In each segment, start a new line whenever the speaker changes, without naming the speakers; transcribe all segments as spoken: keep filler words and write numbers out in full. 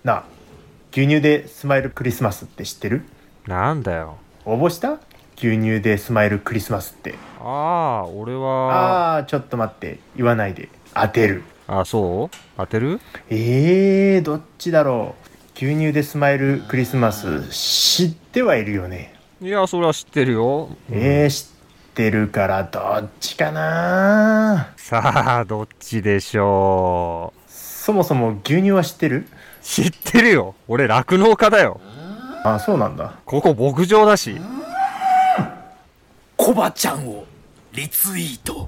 なあ、牛乳でスマイルクリスマスって知ってる？
なんだよ。
応募した？牛乳でスマイルクリスマスって。
ああ、俺は。
あー、ちょっと待って、言わないで。当てる。
あ、そう当てる？
えー、どっちだろう。牛乳でスマイルクリスマス知ってはいるよね。
いや、それは知ってるよ。
うん、えー、知ってるからどっちかな。
さあ、どっちでしょう。
そもそも牛乳は知ってる？
知ってるよ。俺酪農家だよ。
あ、そうなんだ。
ここ牧場だし。
コバちゃんをリツイート。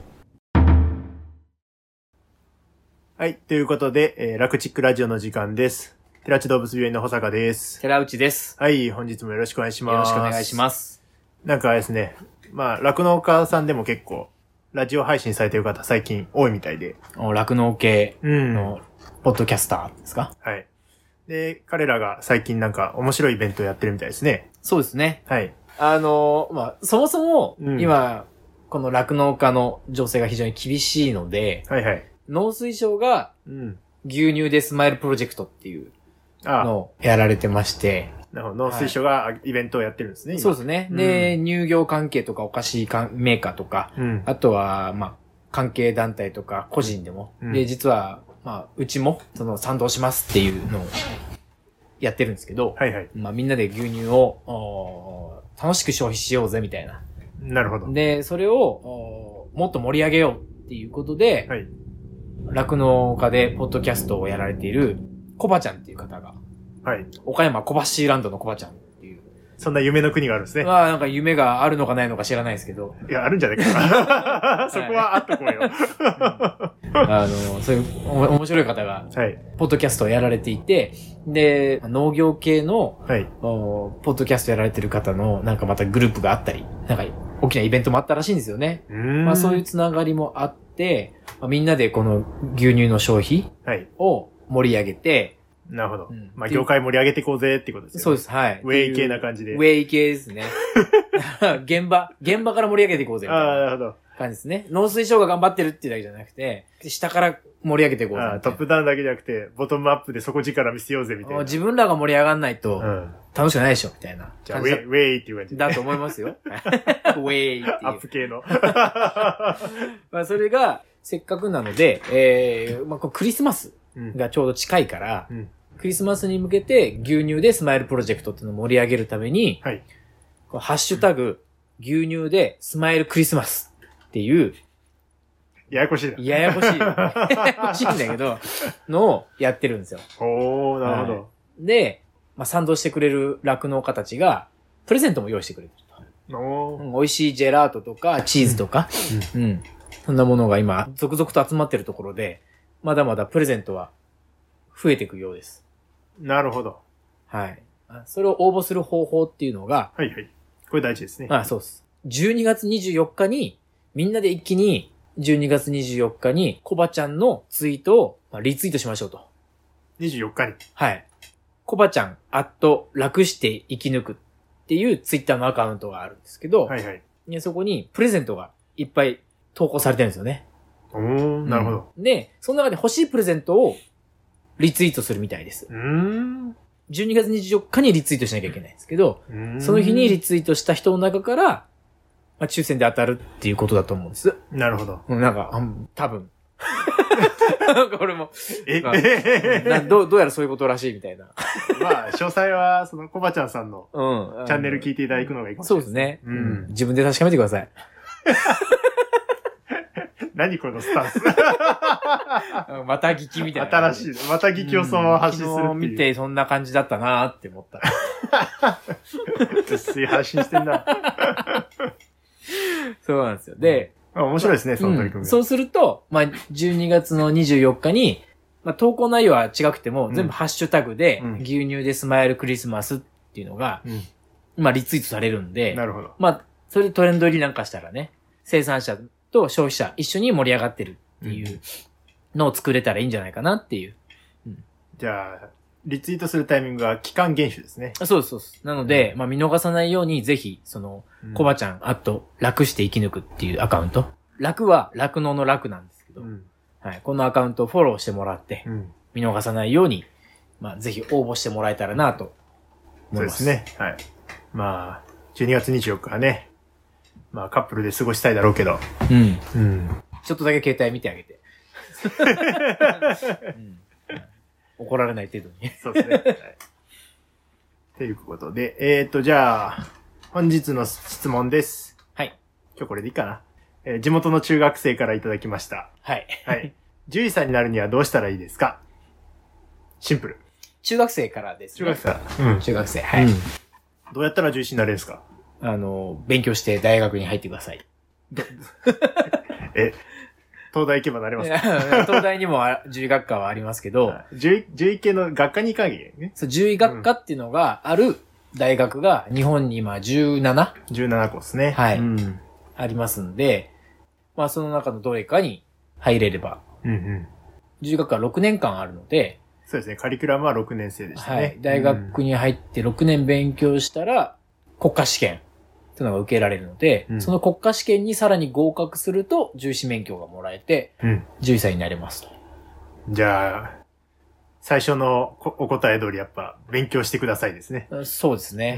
はい、ということで、えー、ラクチックラジオの時間です。寺地動物病院の保坂です。
寺内です。
はい、本日もよろしくお願いします。
よろしくお願いします。
なんかあれですね、まあ、酪農家さんでも結構、ラジオ配信されてる方最近多いみたいで。
酪農系
うん。
のポッドキャスターですか？
はい。で、彼らが最近なんか面白いイベントをやってるみたいですね。
そうですね。
はい。
あの、まあ、そもそも、
うん、
今、この酪農家の情勢が非常に厳しいので、
はいはい。
農水省が、牛乳でスマイルプロジェクトっていうのをやられてまして、
なるほど。農水省がイベントをやってるんですね、はい、
そうですね。で、うん、乳業関係とかお菓子メーカーとか、うん、あとは、まあ、関係団体とか個人でも、うん、で、実は、まあ、うちも、その、賛同しますっていうのをやってるんですけど、
はいはい。
まあ、みんなで牛乳を、楽しく消費しようぜ、みたいな。
なるほど。
で、それを、もっと盛り上げようっていうことで、はい。酪農家でポッドキャストをやられている、コバちゃんっていう方が、はい。岡山コバシーランドのコバちゃんっていう。
そんな夢の国があるんですね。
まあ、なんか夢があるのかないのか知らないですけど。
いや、あるんじゃないかな。そこはあっとこうよ。
あの、そういう面白い方が、はい。ポッドキャストをやられていて、で、農業系の、はい。ポッドキャストやられてる方の、なんかまたグループがあったり、なんか大きなイベントもあったらしいんですよね。うん。まあ、そういうつながりもあって、まあ、みんなでこの牛乳の消費を盛り上げて、
なるほど。うん、まあ、業界盛り上げていこうぜってことですね。
そうです。はい。
ウェイ系な感じで。
ウェイ系ですね。現場、現場から盛り上げていこうぜみたいな。
ああ、なるほど。
感じですね。農水省が頑張ってるっていうだけじゃなくて、下から盛り上げていこうぜ。
ああ、トップダウンだけじゃなくて、ボトムアップで底力見せようぜみたいな。
自分らが盛り上がんないと、楽しくないでしょ、みたいな。
じゃあ、ウェイ、ウェイっていう感じ
だと思いますよ。ウェイっていう。
アップ系の。
まあ、それが、せっかくなので、えー、まあ、クリスマスがちょうど近いから、うんうん、クリスマスに向けて牛乳でスマイルプロジェクトっていうのを盛り上げるために、はい、ハッシュタグ、牛乳でスマイルクリスマスっていう、
ややこしいな。
ややこしい。ややこしいんだけど、のをやってるんですよ。
おー、なるほど。はい、
で、まあ、賛同してくれる酪農家たちが、プレゼントも用意してくれてると。おー、うん、美味しいジェラートとか、チーズとか、うん、うん、そんなものが今、続々と集まってるところで、まだまだプレゼントは増えていくようです。
なるほど。
はい。それを応募する方法っていうのが、
はいはい。これ大事ですね。
ああ、そうです。じゅうにがつにじゅうよっかに、みんなで一気に、じゅうにがつにじゅうよっかに、コバちゃんのツイートをリツイートしましょうと。
にじゅうよっかに。
はい。コバちゃん、アット、楽して生き抜くっていうツイッターのアカウントがあるんですけど、はいはい。そこにプレゼントがいっぱい投稿されてるんですよね。
おー、なるほど、
うん。で、その中で欲しいプレゼントをリツイートするみたいです。
うーん。
じゅうにがつにじゅうよっかにリツイートしなきゃいけないんですけど、その日にリツイートした人の中から、まあ、抽選で当たるっていうことだと思うんです。
なるほど。
なんか、うん、多分。なんか俺も、
え、
まあ、などう、どうやらそういうことらしいみたいな。
まあ、詳細は、その、コバちゃんさんの、うん、チャンネル聞いていただくのがいいかもしれない。
そうですね。うん。自分で確かめてください。
何このスタンス。
また聞きみたいな。
新しい。また聞きをそのまま発信するっていう。
昨日見てそんな感じだったなーって思った。
薄い発信してんな。
そうなんですよ。で、
あ、面白いですね、その取り組み、
うん。そうすると、まあ、じゅうにがつのにじゅうよっかに、まあ、投稿内容は違くても、うん、全部ハッシュタグで、うん、牛乳でスマイルクリスマスっていうのが、うん、まあ、リツイートされるんで、
なるほど。
まあ、それでトレンド入りなんかしたらね、生産者と消費者一緒に盛り上がってるっていうのを作れたらいいんじゃないかなっていう。
うん、じゃあ、リツイートするタイミングは期間厳守ですね。
そうです、そうです。なので、うん、まあ見逃さないようにぜひ、その、コバちゃん、あと、楽して生き抜くっていうアカウント。楽は酪農の楽なんですけど、うん、はい。このアカウントをフォローしてもらって、うん、見逃さないようにまあ、ぜひ応募してもらえたらなと思います。
そうですね。はい。まあ、じゅうにがつにじゅうよっかはね、まあカップルで過ごしたいだろうけど。
うん。
うん。
ちょっとだけ携帯見てあげて。うん、怒られない程度に。
そうですね。はい。ということで、えっと、じゃあ、本日の質問です。
はい。
今日これでいいかな。えー、地元の中学生からいただきました。
はい。
はい。獣医さんになるにはどうしたらいいですか？シンプル。
中学生からですね。
中学生。
うん。中学生。はい。うん、
どうやったら獣医師になれるんですか？
あの、勉強して大学に入ってください。
え、東大行けばなれますか？
東大にも獣医学科はありますけど、
獣医、獣医系の学科に行かなきゃいけないね。
そう、獣医学科っていうのがある大学が日本に今じゅうなな？
じゅうななこですね。
はい。
うん、
ありますんで、まあその中のどれかに入れれば、
うんうん、獣
医学科はろくねんかんあるので、
そうですね。カリキュラムはろくねん生でしたね。はい。
大学に入ってろくねん勉強したら、国家試験というのが受けられるので、うん、その国家試験にさらに合格すると、獣医師免許がもらえて、うん、獣医さんになれますと。
じゃあ、最初のお答え通りやっぱ勉強してくださいですね。
そうですね。
うん。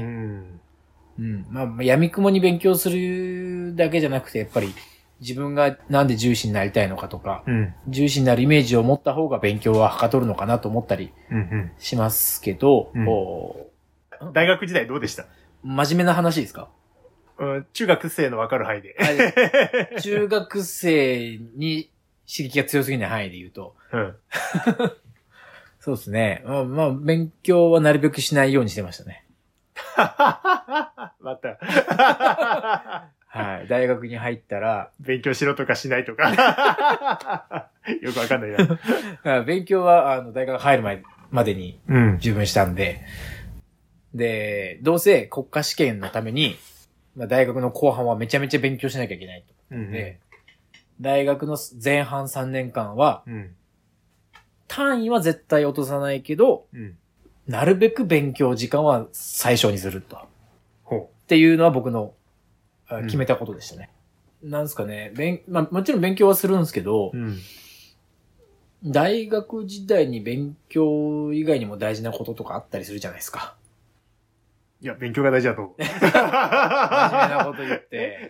うん。まあ、闇雲に勉強するだけじゃなくて、やっぱり自分がなんで獣医師になりたいのかとか、うん、獣医師になるイメージを持った方が勉強ははかどるのかなと思ったりしますけど、
うんうん、大学時代どうでした？
真面目な話ですか？
うん、中学生の分かる範囲で。
中学生に刺激が強すぎない範囲で言うと。うん、そうですね。まあ、まあ、勉強はなるべくしないようにしてましたね。
また。
はい。大学に入ったら。
勉強しろとかしないとか。よくわかんない
な。勉強は、あの、大学入る前までに十分したんで、うん、で、どうせ国家試験のために、まあ、大学の後半はめちゃめちゃ勉強しなきゃいけないと。うんうん、で、大学の前半さんねんかんは、うん、単位は絶対落とさないけど、うん、なるべく勉強時間は最小にすると。ほうっていうのは僕の決めたことでしたね。うん、なんですかね。勉、まあもちろん勉強はするんですけど、うん、大学時代に勉強以外にも大事なこととかあったりするじゃないですか。
いや、勉強が大事だと思う。真面
目なこと言って。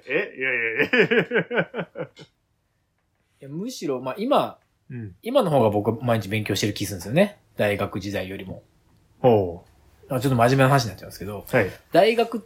えいやいやいや。
いやむしろ、まあ今、うん、今の方が僕毎日勉強してる気するんですよね。大学時代よりも。
おう。
ちょっと真面目な話になっちゃうんですけど、はい、大学って、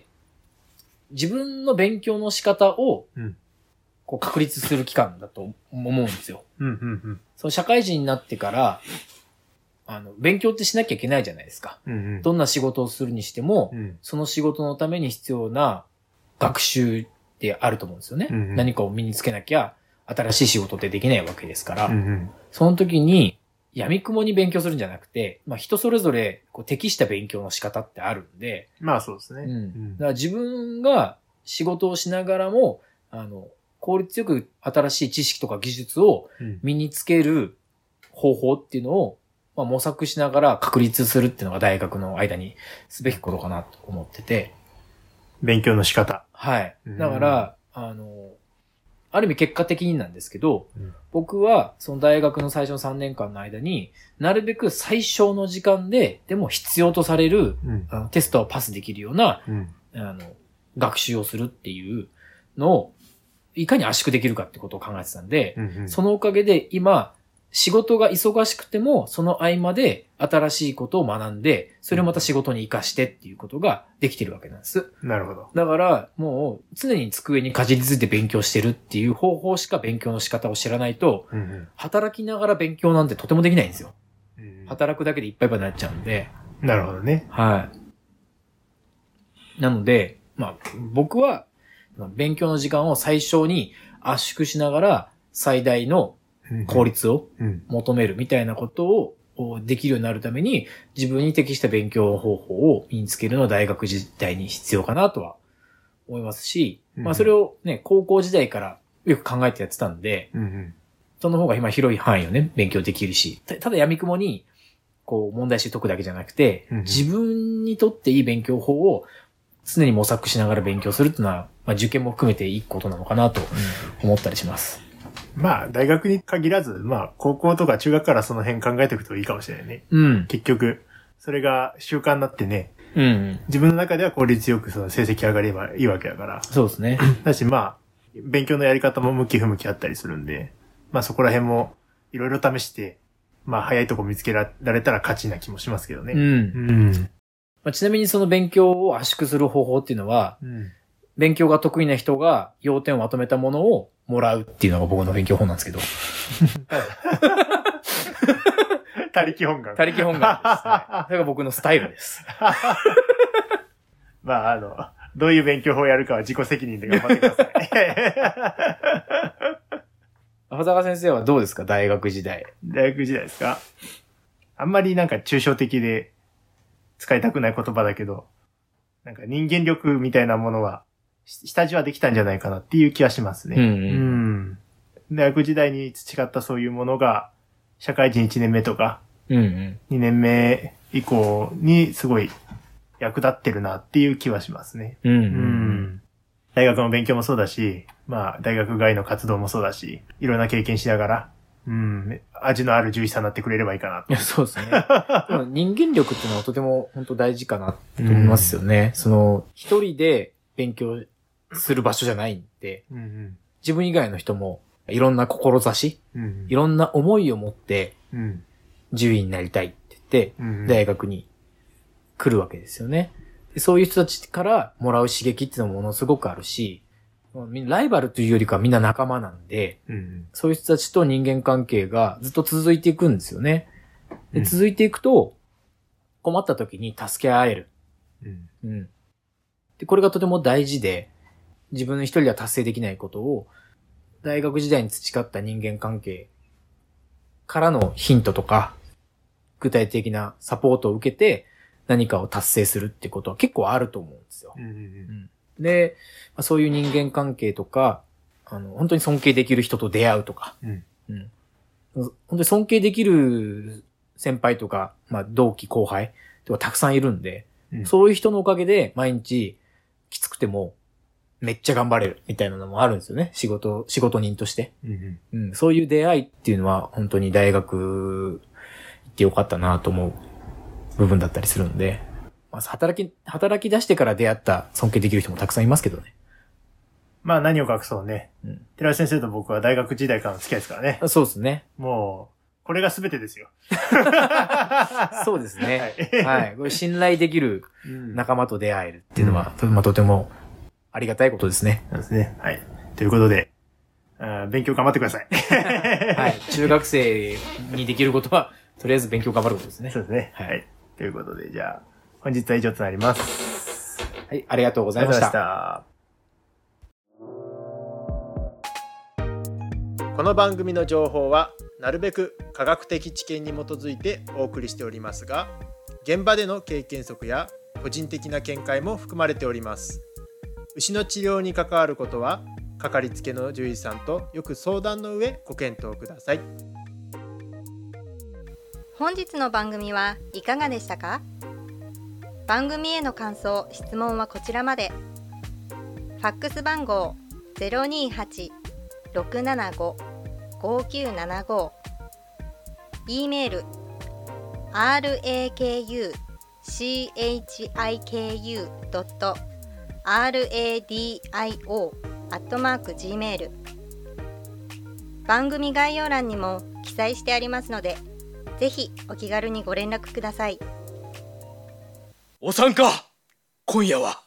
自分の勉強の仕方を、こう確立する期間だと思うんですよ。
うんうんうん、
その社会人になってから、あの、勉強ってしなきゃいけないじゃないですか。うんうん、どんな仕事をするにしても、うん、その仕事のために必要な学習ってあると思うんですよね。うんうん、何かを身につけなきゃ、新しい仕事ってできないわけですから、うんうん、その時に、闇雲に勉強するんじゃなくて、まあ人それぞれこう適した勉強の仕方ってあるんで。
まあそうですね。
うん。だから自分が仕事をしながらも、あの、効率よく新しい知識とか技術を身につける方法っていうのを、まあ、模索しながら確立するっていうのが大学の間にすべきことかなと思ってて。
勉強の仕方。
はい。だから、あの、ある意味結果的になんですけど、うん、僕はその大学の最初のさんねんかんの間になるべく最小の時間ででも必要とされる、うん、あのテストをパスできるような、うん、あの学習をするっていうのをいかに圧縮できるかってことを考えてたんで、うんうん、そのおかげで今仕事が忙しくてもその合間で新しいことを学んでそれをまた仕事に活かしてっていうことができてるわけなんです。
なるほど。
だからもう常に机にかじりついて勉強してるっていう方法しか勉強の仕方を知らないと、うんうん、働きながら勉強なんてとてもできないんですよ。うん、働くだけでいっぱいいっぱいになっちゃうんで。
なるほどね。
はい。なので、まあ僕は勉強の時間を最小に圧縮しながら最大の効率を求めるみたいなことをできるようになるために自分に適した勉強方法を身につけるのは大学時代に必要かなとは思いますし、うん、まあそれをね、高校時代からよく考えてやってたんで、うんうん、その方が今広い範囲をね、勉強できるし、た, ただ闇雲にこう問題集解くだけじゃなくて、うんうん、自分にとっていい勉強法を常に模索しながら勉強するっていうのは、まあ受験も含めていいことなのかなと思ったりします。
まあ、大学に限らず、まあ、高校とか中学からその辺考えておくといいかもしれないね。
うん。
結局、それが習慣になってね、
うん、うん。
自分の中では効率よくその成績上がればいいわけだから。
そうですね。
だし、まあ、勉強のやり方も向き不向きあったりするんで、まあそこら辺もいろいろ試して、まあ早いとこ見つけられたら勝ちな気もしますけどね。
うん。うん。まあ、ちなみにその勉強を圧縮する方法っていうのは、うん、勉強が得意な人が要点をまとめたものをもらうっていうのが僕の勉強法なんですけど。
他力本願。
他力本願ですね。それが僕のスタイルです。
まああの、どういう勉強法をやるかは自己責任で頑張ってください。
浅川先生はどうですか、大学時代。
大学時代ですか？あんまりなんか抽象的で使いたくない言葉だけど、なんか人間力みたいなものは下地はできたんじゃないかなっていう気はしますね。うん、うん、大学時代に培ったそういうものが社会人いちねんめとか、うんうん、にねんめ以降にすごい役立ってるなっていう気はしますね。うんうんうん、大学の勉強もそうだし、まあ大学外の活動もそうだし、いろんな経験しながら、うん、味のある獣医さんになってくれればいいかなと。
いや、そうですね。人間力っていうのはとても本当大事かなと思いますよね。うん、その、一人で勉強する場所じゃないんで、うんうん、自分以外の人もいろんな志、うんうん、いろんな思いを持って、獣医になりたいって言って、うんうん、大学に来るわけですよね。でそういう人たちからもらう刺激っていうのもものすごくあるし、ライバルというよりかみんな仲間なんで、うんうん、そういう人たちと人間関係がずっと続いていくんですよね。で、うん、続いていくと、困った時に助け合える、うんうん。で、これがとても大事で、自分一人では達成できないことを、大学時代に培った人間関係からのヒントとか、具体的なサポートを受けて何かを達成するってことは結構あると思うんですよ。うんうんうんで、そういう人間関係とか、あの、本当に尊敬できる人と出会うとか、うんうん、本当に尊敬できる先輩とか、まあ、同期後輩とかたくさんいるんで、うん、そういう人のおかげで毎日きつくてもめっちゃ頑張れるみたいなのもあるんですよね。仕事、仕事人として、うんうんうん。そういう出会いっていうのは本当に大学行ってよかったなと思う部分だったりするんで、まず働き、働き出してから出会った尊敬できる人もたくさんいますけどね。
まあ何を隠そうね。うん、寺井先生と僕は大学時代からの付き合いですからね。
そうですね。
もう、これが全てですよ。
そうですね。はい。はい。これ信頼できる仲間と出会えるっていうのは、うん、まあとてもありがたいことですね。
そうですね。はい。ということで、あ勉強頑張ってください。
はい。中学生にできることは、とりあえず勉強頑張ることですね。
そうですね。はい。はい、ということで、じゃあ、本日は以上となります。
はい、ありがとうございました。
ありがとうございました。この番組の情報はなるべく科学的知見に基づいてお送りしておりますが、現場での経験則や個人的な見解も含まれております。牛の治療に関わることは、かかりつけの獣医さんとよく相談の上ご検討ください。
本日の番組はいかがでしたか？番組への感想・質問はこちらまで。ファックス番号 ゼロにーはち ろくななご ごきゅうななご E メール アールエーケーユーシーエイチアイケーユードットアールエーディーアイオー アットマーク ジーメール 番組概要欄にも記載してありますので、ぜひお気軽にご連絡ください。
お参加、今夜は